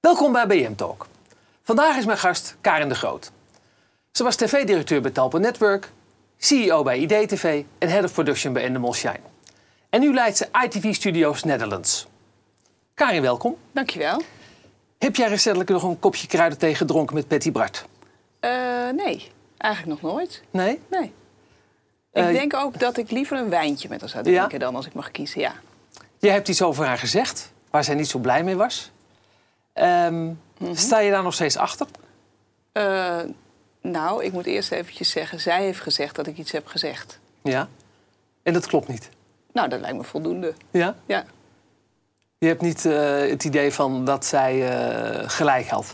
Welkom bij BM Talk. Vandaag is mijn gast Karin de Groot. Ze was tv-directeur bij Talpa Network, CEO bij IDTV en Head of Production bij Endemol Shine. En nu leidt ze ITV Studios Netherlands. Karin, welkom. Dankjewel. Heb jij recentelijk nog een kopje kruidenthee gedronken met Patty Bart? Nee, eigenlijk nog nooit. Nee? Nee. Ik denk ook dat ik liever een wijntje met haar zou drinken dan als ik mag kiezen, ja. Jij hebt iets over haar gezegd, waar zij niet zo blij mee was. Sta je daar nog steeds achter? Nou, ik moet eerst eventjes zeggen, zij heeft gezegd dat ik iets heb gezegd. Ja. En dat klopt niet? Nou, dat lijkt me voldoende. Ja? Ja. Je hebt niet het idee van dat zij gelijk had?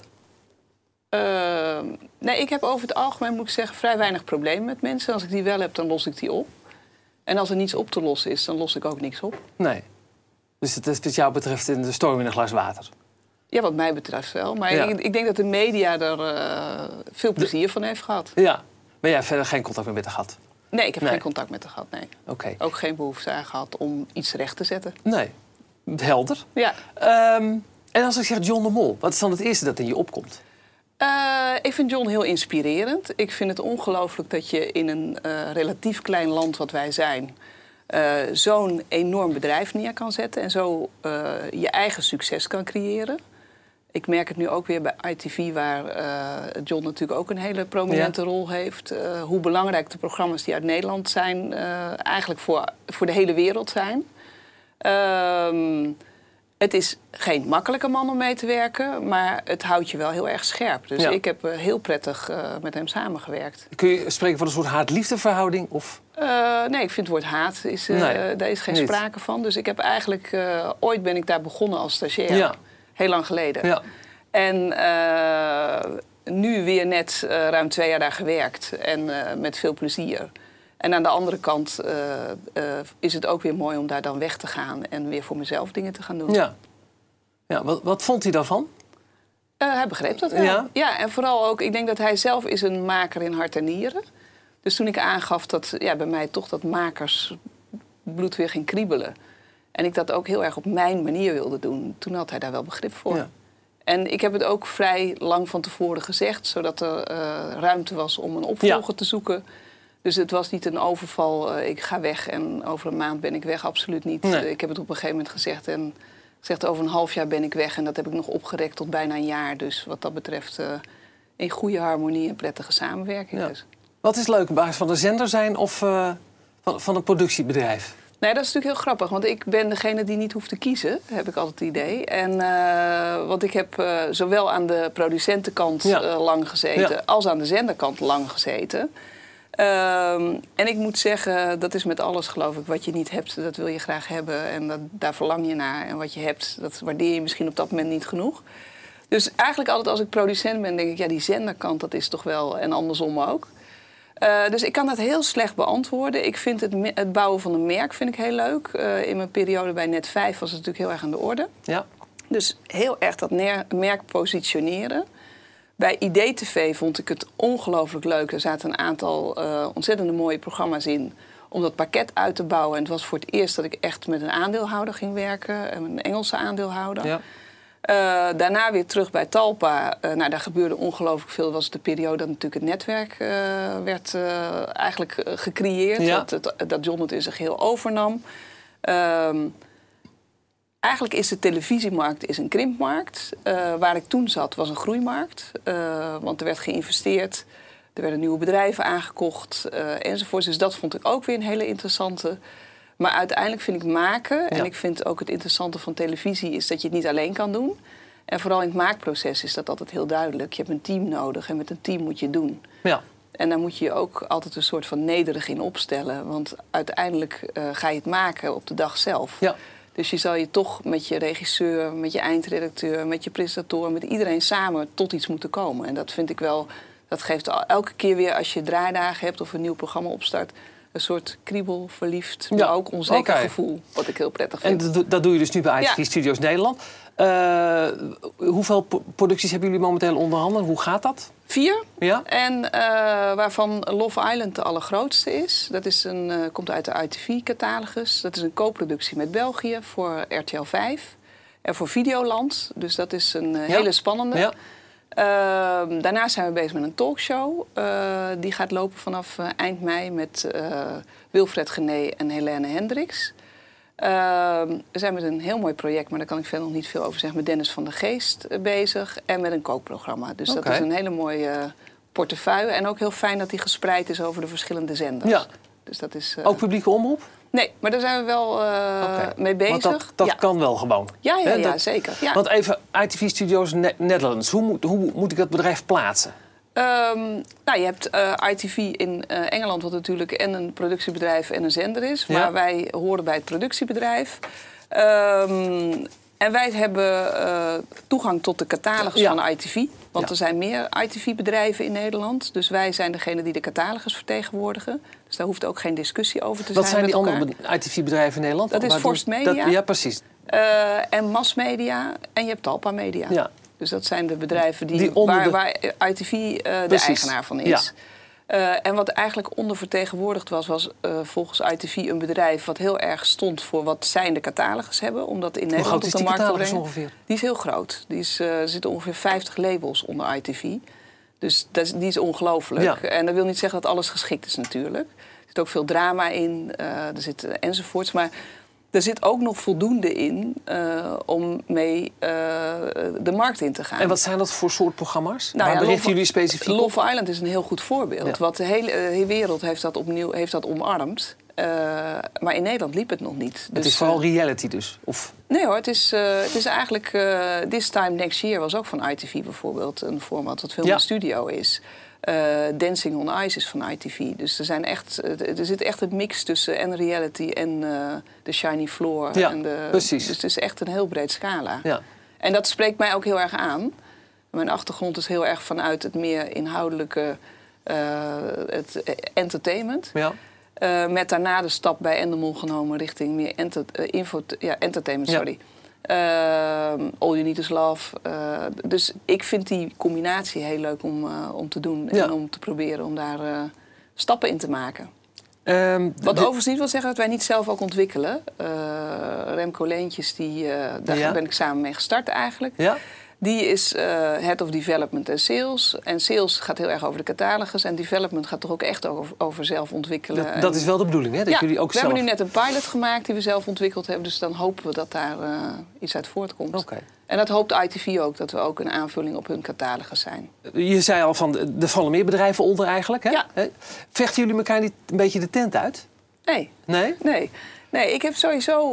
Nee, ik heb over het algemeen, moet ik zeggen, vrij weinig problemen met mensen. Als ik die wel heb, dan los ik die op. En als er niets op te lossen is, dan los ik ook niks op. Nee. Dus het is wat jou betreft in de storm in een glas water? Ja, wat mij betreft wel. Maar ja. ik denk dat de media er veel plezier van heeft gehad. Ja. Maar jij hebt verder geen contact meer met haar gehad? Nee, ik heb geen contact met haar gehad, nee. Okay. Ook geen behoefte aan gehad om iets recht te zetten. Nee. Helder. Ja. En als ik zeg John de Mol, wat is dan het eerste dat in je opkomt? Ik vind John heel inspirerend. Ik vind het ongelooflijk dat je in een relatief klein land wat wij zijn zo'n enorm bedrijf neer kan zetten en zo je eigen succes kan creëren. Ik merk het nu ook weer bij ITV, waar John natuurlijk ook een hele prominente rol heeft. Hoe belangrijk de programma's die uit Nederland zijn eigenlijk voor de hele wereld zijn. Het is geen makkelijke man om mee te werken, maar het houdt je wel heel erg scherp. Dus ik heb heel prettig met hem samengewerkt. Kun je spreken van een soort haat-liefdeverhouding? Of? Nee, ik vind het woord haat, daar is geen sprake van. Dus ik heb eigenlijk, ooit ben ik daar begonnen als stagiair. Ja. Heel lang geleden. Ja. En nu weer net ruim 2 jaar daar gewerkt en met veel plezier. En aan de andere kant is het ook weer mooi om daar dan weg te gaan en weer voor mezelf dingen te gaan doen. Ja. Wat vond hij daarvan? Hij begreep dat wel. Ja, en vooral ook, ik denk dat hij zelf is een maker in hart en nieren. Dus toen ik aangaf dat bij mij toch dat makersbloed weer ging kriebelen. En ik dat ook heel erg op mijn manier wilde doen, toen had hij daar wel begrip voor. Ja. En ik heb het ook vrij lang van tevoren gezegd, zodat er ruimte was om een opvolger te zoeken. Dus het was niet een overval, ik ga weg en over een maand ben ik weg, absoluut niet. Nee. Ik heb het op een gegeven moment gezegd en gezegd over een half jaar ben ik weg. En dat heb ik nog opgerekt tot bijna een jaar. Dus wat dat betreft in goede harmonie en prettige samenwerking. Ja. Dus. Wat is leuk, op basis van een zender zijn of van een productiebedrijf? Nee, dat is natuurlijk heel grappig, want ik ben degene die niet hoeft te kiezen, heb ik altijd het idee. En, want ik heb zowel aan de producentenkant lang gezeten als aan de zenderkant lang gezeten. En ik moet zeggen, dat is met alles geloof ik. Wat je niet hebt, dat wil je graag hebben. En daar verlang je naar. En wat je hebt, dat waardeer je misschien op dat moment niet genoeg. Dus eigenlijk altijd als ik producent ben, denk ik, die zenderkant, dat is toch wel. En andersom ook. Dus ik kan dat heel slecht beantwoorden. Ik vind het bouwen van een merk vind ik heel leuk. In mijn periode bij Net5 was het natuurlijk heel erg aan de orde. Ja. Dus heel erg dat merk positioneren. Bij IDTV vond ik het ongelooflijk leuk. Er zaten een aantal ontzettende mooie programma's in om dat pakket uit te bouwen. En het was voor het eerst dat ik echt met een aandeelhouder ging werken. Een Engelse aandeelhouder. Ja. Daarna weer terug bij Talpa. Daar gebeurde ongelooflijk veel. Dat was de periode dat natuurlijk het netwerk werd eigenlijk gecreëerd. Ja. Dat John het in zijn geheel overnam. Eigenlijk is de televisiemarkt een krimpmarkt. Waar ik toen zat was een groeimarkt. Want er werd geïnvesteerd. Er werden nieuwe bedrijven aangekocht enzovoort. Dus dat vond ik ook weer een hele interessante. Maar uiteindelijk vind ik maken. En ik vind ook het interessante van televisie is dat je het niet alleen kan doen. En vooral in het maakproces is dat altijd heel duidelijk. Je hebt een team nodig en met een team moet je het doen. Ja. En daar moet je je ook altijd een soort van nederig in opstellen. Want uiteindelijk ga je het maken op de dag zelf. Ja. Dus je zal je toch met je regisseur, met je eindredacteur, met je presentator, met iedereen samen tot iets moeten komen. En dat vind ik wel, dat geeft elke keer weer als je draaidagen hebt of een nieuw programma opstart, een soort kriebel, verliefd, maar ook onzeker gevoel. Wat ik heel prettig vind. En dat doe je dus nu bij ITV Studios Nederland. Hoeveel producties hebben jullie momenteel onder handen? Hoe gaat dat? 4. Ja. En waarvan Love Island de allergrootste is. Dat is komt uit de ITV-catalogus. Dat is een co-productie met België voor RTL 5. En voor Videoland. Dus dat is een hele spannende. Ja. Daarnaast zijn we bezig met een talkshow. Die gaat lopen vanaf eind mei met Wilfred Gené en Helene Hendricks. We zijn met een heel mooi project, maar daar kan ik verder nog niet veel over zeggen, met Dennis van der Geest bezig. En met een kookprogramma. Dus dat is een hele mooie portefeuille. En ook heel fijn dat die gespreid is over de verschillende zenders. Ja. Dus dat is, ook publieke omroep? Nee, maar daar zijn we wel mee bezig. Want dat kan wel gewoon. Ja, zeker. Ja. Want even, ITV Studios Netherlands. Hoe moet ik dat bedrijf plaatsen? Je hebt ITV in Engeland, wat natuurlijk en een productiebedrijf en een zender is. Ja. Maar wij horen bij het productiebedrijf. En wij hebben toegang tot de catalogus van ITV. Want er zijn meer ITV-bedrijven in Nederland. Dus wij zijn degene die de catalogus vertegenwoordigen. Dus daar hoeft ook geen discussie over te zijn. Wat zijn die andere ITV-bedrijven in Nederland? Dat is Forst Media. Ja, precies. En Mass Media. En je hebt Talpa Media. Ja. Dus dat zijn de bedrijven waar ITV de eigenaar van is. Ja. En wat eigenlijk ondervertegenwoordigd was volgens ITV een bedrijf wat heel erg stond voor wat zij de catalogus hebben. Om dat in Nederland op de markt te brengen. Ongeveer? Die is heel groot. Er zitten ongeveer 50 labels onder ITV. Dus die is ongelooflijk. Ja. En dat wil niet zeggen dat alles geschikt is natuurlijk. Er zit ook veel drama in, er zit enzovoorts. Maar er zit ook nog voldoende in om mee de markt in te gaan. En wat zijn dat voor soort programma's? Waar berichten jullie specifiek op? Love Island is een heel goed voorbeeld. Ja. Want de hele wereld heeft dat omarmd. Maar in Nederland liep het nog niet. Het is vooral reality dus? Of? Nee hoor, het is eigenlijk... This Time Next Year was ook van ITV bijvoorbeeld. Een format wat veel in de studio is. Dancing on Ice is van ITV. Dus er zit echt een mix tussen en reality en de shiny floor. Ja, precies. Dus het is echt een heel breed scala. Ja. En dat spreekt mij ook heel erg aan. Mijn achtergrond is heel erg vanuit het meer inhoudelijke het entertainment. Ja. Met daarna de stap bij Endemol genomen richting meer entertainment. Ja. Sorry. All You Need Is Love. Dus ik vind die combinatie heel leuk om te doen. En om te proberen om daar stappen in te maken. Wat overigens niet wil zeggen dat wij niet zelf ook ontwikkelen. Remco Leentjes, daar ben ik samen mee gestart eigenlijk. Ja. Die is Head of Development en Sales. En Sales gaat heel erg over de catalogus. En Development gaat toch ook echt over zelf ontwikkelen. Dat is wel de bedoeling, hè? Dat jullie ook hebben nu net een pilot gemaakt die we zelf ontwikkeld hebben. Dus dan hopen we dat daar iets uit voortkomt. Okay. En dat hoopt ITV ook, dat we ook een aanvulling op hun catalogus zijn. Je zei al van, er vallen meer bedrijven onder eigenlijk, hè? Ja. Vechten jullie elkaar niet een beetje de tent uit? Nee. Nee? Nee. Nee, ik heb sowieso,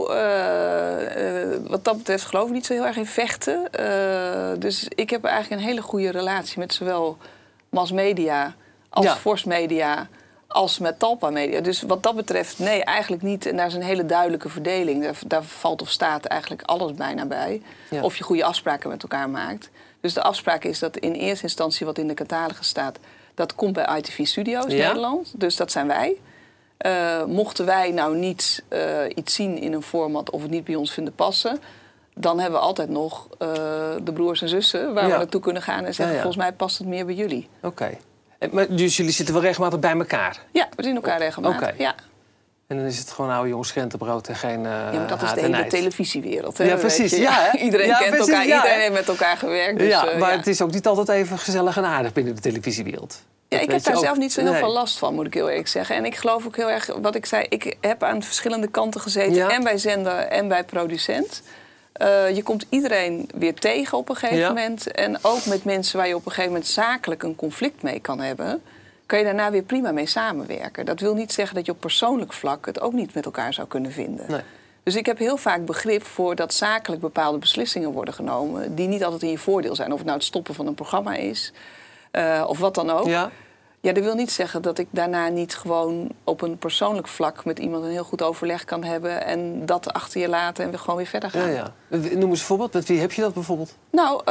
wat dat betreft, geloof ik niet zo heel erg in vechten. Dus ik heb eigenlijk een hele goede relatie met zowel Mass Media als Forst Media als met Talpa Media. Dus wat dat betreft, nee, eigenlijk niet. En daar is een hele duidelijke verdeling. Daar valt of staat eigenlijk alles bijna bij. Ja. Of je goede afspraken met elkaar maakt. Dus de afspraak is dat in eerste instantie wat in de catalogus staat, dat komt bij ITV Studios Nederland. Dus dat zijn wij. Mochten wij nou niet iets zien in een format of het niet bij ons vinden passen, dan hebben we altijd nog de broers en zussen waar we naartoe kunnen gaan en zeggen, volgens mij past het meer bij jullie. Oké. Dus jullie zitten wel regelmatig bij elkaar? Ja, we zien elkaar regelmatig. Okay. Ja. En dan is het gewoon oude jongens krentenbrood en geen ja, maar dat is de hele televisiewereld. Hè? Ja, precies. Ja, iedereen kent elkaar, iedereen heeft met elkaar gewerkt. Dus, maar het is ook niet altijd even gezellig en aardig binnen de televisiewereld. Ja, ik heb daar zelf niet zo heel veel last van, moet ik heel eerlijk zeggen. En ik geloof ook heel erg, wat ik zei, ik heb aan verschillende kanten gezeten. En bij zender en bij producent. Je komt iedereen weer tegen op een gegeven moment. En ook met mensen waar je op een gegeven moment zakelijk een conflict mee kan hebben, kan je daarna weer prima mee samenwerken. Dat wil niet zeggen dat je op persoonlijk vlak het ook niet met elkaar zou kunnen vinden. Nee. Dus ik heb heel vaak begrip voor dat zakelijk bepaalde beslissingen worden genomen die niet altijd in je voordeel zijn. Of het nou het stoppen van een programma is, of wat dan ook. Ja, dat wil niet zeggen dat ik daarna niet gewoon op een persoonlijk vlak met iemand een heel goed overleg kan hebben en dat achter je laten en we gewoon weer verder gaan. Ja. Noem eens een voorbeeld. Met wie heb je dat bijvoorbeeld? Nou,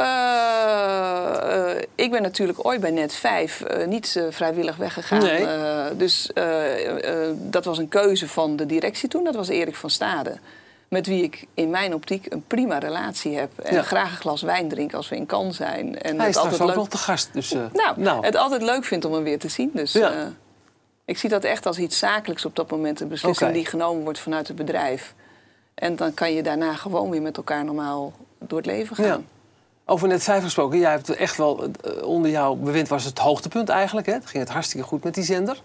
ik ben natuurlijk ooit bij Net5 niet vrijwillig weggegaan. Nee. Dus dat was een keuze van de directie toen. Dat was Erik van Stade. Met wie ik in mijn optiek een prima relatie heb. En graag een glas wijn drink als we in Cannes zijn. En hij is altijd ook nog te gast. Dus, het altijd leuk vindt om hem weer te zien. Dus ik zie dat echt als iets zakelijks op dat moment. Een beslissing die genomen wordt vanuit het bedrijf. En dan kan je daarna gewoon weer met elkaar normaal door het leven gaan. Ja. Over Net 5 gesproken, jij hebt echt wel... onder jouw bewind was het hoogtepunt eigenlijk. Hè? Het ging het hartstikke goed met die zender.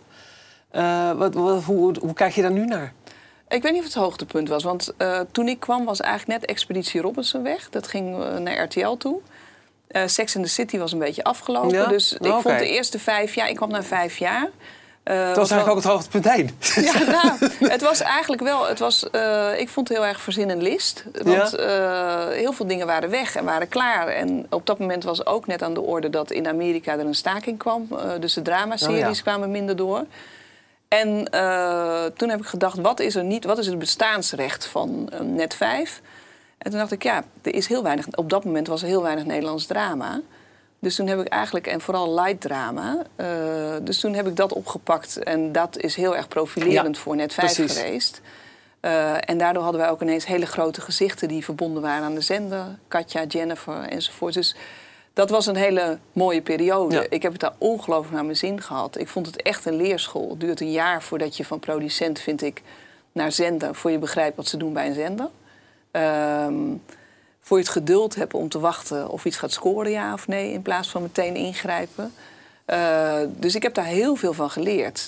Hoe kijk je daar nu naar? Ik weet niet of het hoogtepunt was. Want toen ik kwam was eigenlijk net Expeditie Robinson weg. Dat ging naar RTL toe. Sex and the City was een beetje afgelopen. Ja? Dus ik vond de eerste 5 jaar... Ik kwam na 5 jaar... Het was eigenlijk ook het hoogtepunt heen. Ja, nou, het was eigenlijk wel... ik vond het heel erg verzin en list. Want heel veel dingen waren weg en waren klaar. En op dat moment was ook net aan de orde dat in Amerika er een staking kwam. Dus de dramaseries kwamen minder door. En toen heb ik gedacht, wat is het bestaansrecht van Net 5? En toen dacht ik, er is heel weinig... Op dat moment was er heel weinig Nederlands drama. Dus toen heb ik eigenlijk, en vooral light drama... dus toen heb ik dat opgepakt. En dat is heel erg profilerend voor Net 5 geweest. En daardoor hadden wij ook ineens hele grote gezichten... die verbonden waren aan de zender. Katja, Jennifer enzovoort. Dus dat was een hele mooie periode. Ja. Ik heb het daar ongelooflijk naar mijn zin gehad. Ik vond het echt een leerschool. Het duurt een jaar voordat je van producent, vind ik... naar zender, voor je begrijpt wat ze doen bij een zender... voor je het geduld hebt om te wachten of iets gaat scoren, ja of nee... in plaats van meteen ingrijpen. Dus ik heb daar heel veel van geleerd.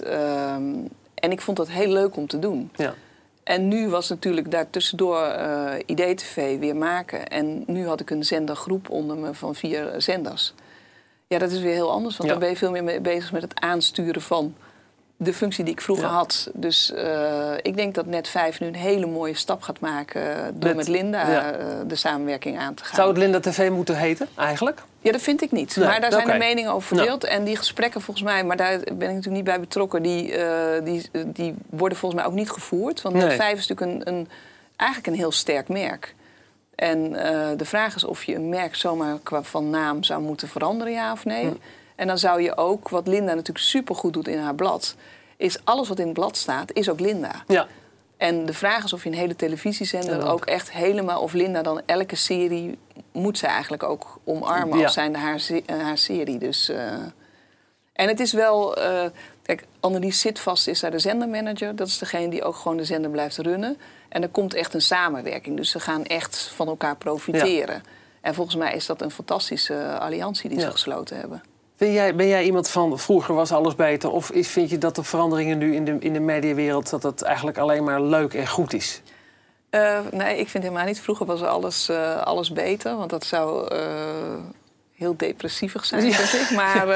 En ik vond dat heel leuk om te doen. Ja. En nu was natuurlijk daartussendoor IDTV weer maken. En nu had ik een zendergroep onder me van 4 zenders. Ja, dat is weer heel anders. Want dan ben je veel meer mee bezig met het aansturen van... de functie die ik vroeger had. Dus ik denk dat Net 5 nu een hele mooie stap gaat maken... door met Linda de samenwerking aan te gaan. Zou het Linda TV moeten heten, eigenlijk? Ja, dat vind ik niet. Nee, maar daar zijn de meningen over verdeeld. En die gesprekken volgens mij, maar daar ben ik natuurlijk niet bij betrokken... die worden volgens mij ook niet gevoerd. Want Net 5 is natuurlijk eigenlijk een heel sterk merk. En de vraag is of je een merk zomaar van naam zou moeten veranderen, ja of nee... En dan zou je ook, wat Linda natuurlijk supergoed doet in haar blad... is alles wat in het blad staat, is ook Linda. Ja. En de vraag is of je een hele televisiezender ook echt helemaal... of Linda dan elke serie moet ze eigenlijk ook omarmen... als zijnde haar serie. Dus, en het is wel... kijk, Annelies Zitvast is daar de zendermanager. Dat is degene die ook gewoon de zender blijft runnen. En er komt echt een samenwerking. Dus ze gaan echt van elkaar profiteren. Ja. En volgens mij is dat een fantastische alliantie die ze gesloten hebben. Ben jij iemand van vroeger was alles beter? Of vind je dat de veranderingen nu in de mediawereld... dat het eigenlijk alleen maar leuk en goed is? Nee, ik vind helemaal niet. Vroeger was alles beter. Want dat zou heel depressievig zijn, vind ik. Maar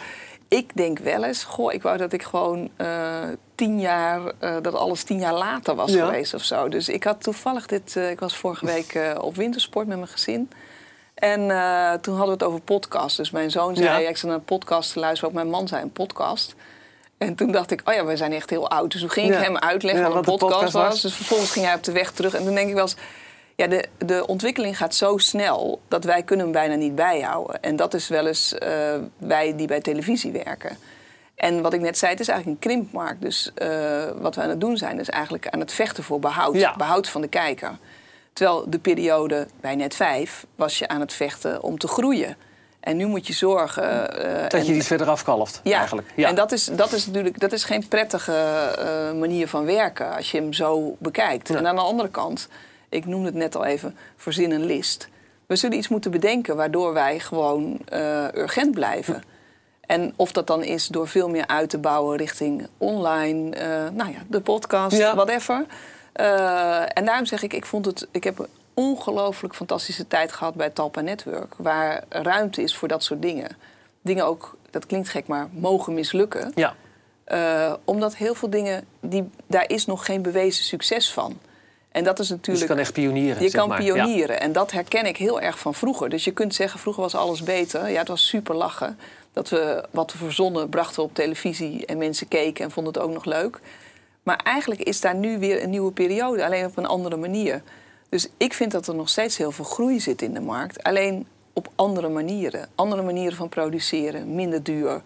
ik denk wel eens... ik wou dat ik gewoon 10 jaar... dat alles 10 jaar later was geweest of zo. Dus ik had toevallig ik was vorige week op wintersport met mijn gezin... En toen hadden we het over podcast. Dus mijn zoon zei, ik zat naar een podcast te luisteren... ook mijn man zei een podcast. En toen dacht ik, we zijn echt heel oud. Dus toen ging ik hem uitleggen wat een podcast was. Dus vervolgens ging hij op de weg terug. En toen denk ik wel eens... de ontwikkeling gaat zo snel... dat wij kunnen hem bijna niet bijhouden. En dat is wel eens wij die bij televisie werken. En wat ik net zei, het is eigenlijk een krimpmarkt. Dus wat we aan het doen zijn... is eigenlijk aan het vechten voor behoud. Ja. Behoud van de kijker. Terwijl de periode bij Net 5 was je aan het vechten om te groeien. En nu moet je zorgen... dat je niet verder afkalft, eigenlijk. Ja. En dat is natuurlijk geen prettige manier van werken... als je hem zo bekijkt. Ja. En aan de andere kant, ik noemde het net al even, verzin een list. We zullen iets moeten bedenken waardoor wij gewoon urgent blijven. En of dat dan is door veel meer uit te bouwen richting online... de podcast, whatever... en daarom zeg ik, ik heb een ongelooflijk fantastische tijd gehad bij Talpa Network. Waar ruimte is voor dat soort dingen. Dingen ook, dat klinkt gek, maar mogen mislukken. Ja. Omdat heel veel dingen, daar is nog geen bewezen succes van. En dat is natuurlijk... Dus je kan echt pionieren, Je kan pionieren. En dat herken ik heel erg van vroeger. Dus je kunt zeggen, vroeger was alles beter. Ja, het was super lachen. Wat we verzonnen, brachten we op televisie. En mensen keken en vonden het ook nog leuk. Maar eigenlijk is daar nu weer een nieuwe periode, alleen op een andere manier. Dus ik vind dat er nog steeds heel veel groei zit in de markt. Alleen op andere manieren. Andere manieren van produceren, minder duur.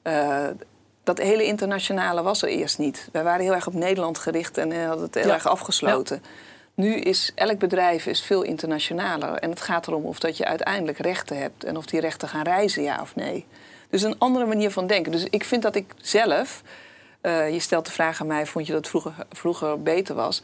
Dat hele internationale was er eerst niet. Wij waren heel erg op Nederland gericht en hadden het heel erg afgesloten. Ja. Nu is elk bedrijf veel internationaler. En het gaat erom of dat je uiteindelijk rechten hebt... en of die rechten gaan reizen, ja of nee. Dus een andere manier van denken. Dus ik vind dat ik zelf... je stelt de vraag aan mij, vond je dat vroeger beter was?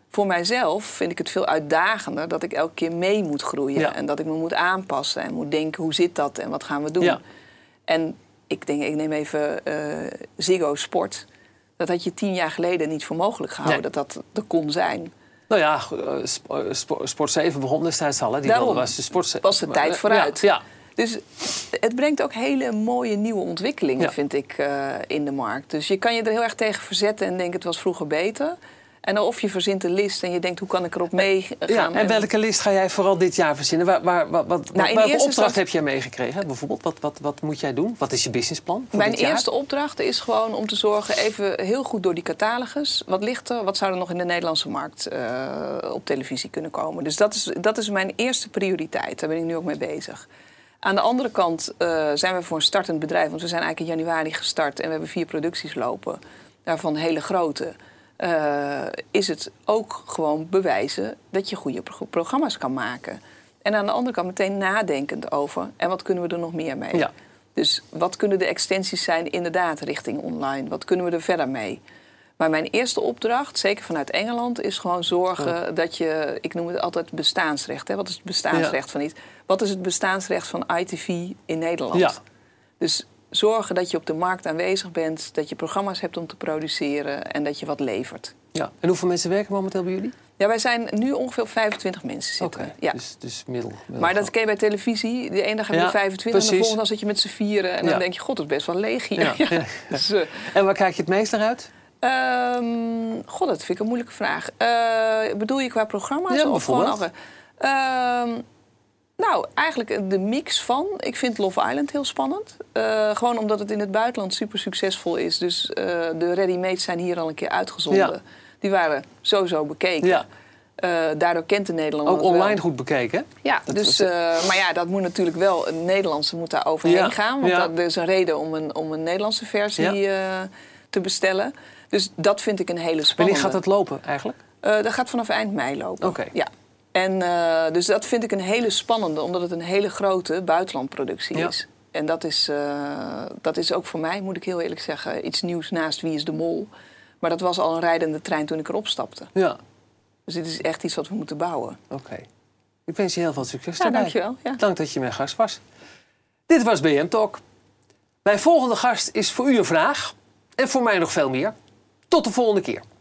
Voor mijzelf vind ik het veel uitdagender dat ik elke keer mee moet groeien. Ja. En dat ik me moet aanpassen en moet denken, hoe zit dat en wat gaan we doen? Ja. En ik neem even Ziggo Sport. Dat had je 10 jaar geleden niet voor mogelijk gehouden, dat er kon zijn. Nou ja, Sport 7 begon destijds al. Hè? Daarom was de tijd vooruit. Ja. Dus het brengt ook hele mooie nieuwe ontwikkelingen, vind ik, in de markt. Dus je kan je er heel erg tegen verzetten en denken, het was vroeger beter. En of je verzint een list en je denkt, hoe kan ik erop meegaan? Ja, en welke list ga jij vooral dit jaar verzinnen? Welke opdracht heb jij meegekregen? Bijvoorbeeld, wat moet jij doen? Wat is je businessplan voor Mijn dit jaar? eerste opdracht is gewoon om te zorgen, even heel goed door die catalogus. Wat ligt er? Wat zou er nog in de Nederlandse markt op televisie kunnen komen? Dus dat is mijn eerste prioriteit. Daar ben ik nu ook mee bezig. Aan de andere kant zijn we voor een startend bedrijf. Want we zijn eigenlijk in januari gestart en we hebben 4 producties lopen. Daarvan hele grote. Is het ook gewoon bewijzen dat je goede programma's kan maken. En aan de andere kant meteen nadenkend over, en wat kunnen we er nog meer mee? Ja. Dus wat kunnen de extensies zijn inderdaad richting online? Wat kunnen we er verder mee? Maar mijn eerste opdracht, zeker vanuit Engeland, is gewoon zorgen dat je, ik noem het altijd bestaansrecht. Hè? Wat is het bestaansrecht van iets? Wat is het bestaansrecht van ITV in Nederland? Ja. Dus zorgen dat je op de markt aanwezig bent, dat je programma's hebt om te produceren en dat je wat levert. Ja. En hoeveel mensen werken momenteel bij jullie? Ja, wij zijn nu ongeveer 25 mensen zitten. Okay. Ja. Dus middel. Maar dat ken je bij televisie. De ene dag heb je 25 precies. En de volgende dag zit je met z'n 4. En dan denk je, god, dat is best wel leeg hier. Ja. Ja. Dus, en waar kijk je het meest naar uit? God, dat vind ik een moeilijke vraag. Bedoel je qua programma's? Ja, of gewoon nou, eigenlijk de mix van. Ik vind Love Island heel spannend. Gewoon omdat het in het buitenland super succesvol is. Dus de ready-mades zijn hier al een keer uitgezonden. Ja. Die waren sowieso bekeken. Ja. Daardoor kent de Nederlander ook online goed bekeken? Ja, dus, maar ja, dat moet natuurlijk wel. Een Nederlandse moet daar overheen gaan. Want er is een reden om een Nederlandse versie te bestellen. Dus dat vind ik een hele spannende. Wanneer gaat het lopen eigenlijk? Dat gaat vanaf eind mei lopen. Okay. Ja. En dus dat vind ik een hele spannende, omdat het een hele grote buitenlandproductie is. En dat is ook voor mij, moet ik heel eerlijk zeggen, iets nieuws naast Wie is de Mol. Maar dat was al een rijdende trein toen ik erop stapte. Ja. Dus dit is echt iets wat we moeten bouwen. Oké. Ik wens je heel veel succes daarbij. Dankjewel. Ja. Dank dat je mijn gast was. Dit was BM Talk. Mijn volgende gast is voor u een vraag. En voor mij nog veel meer. Tot de volgende keer.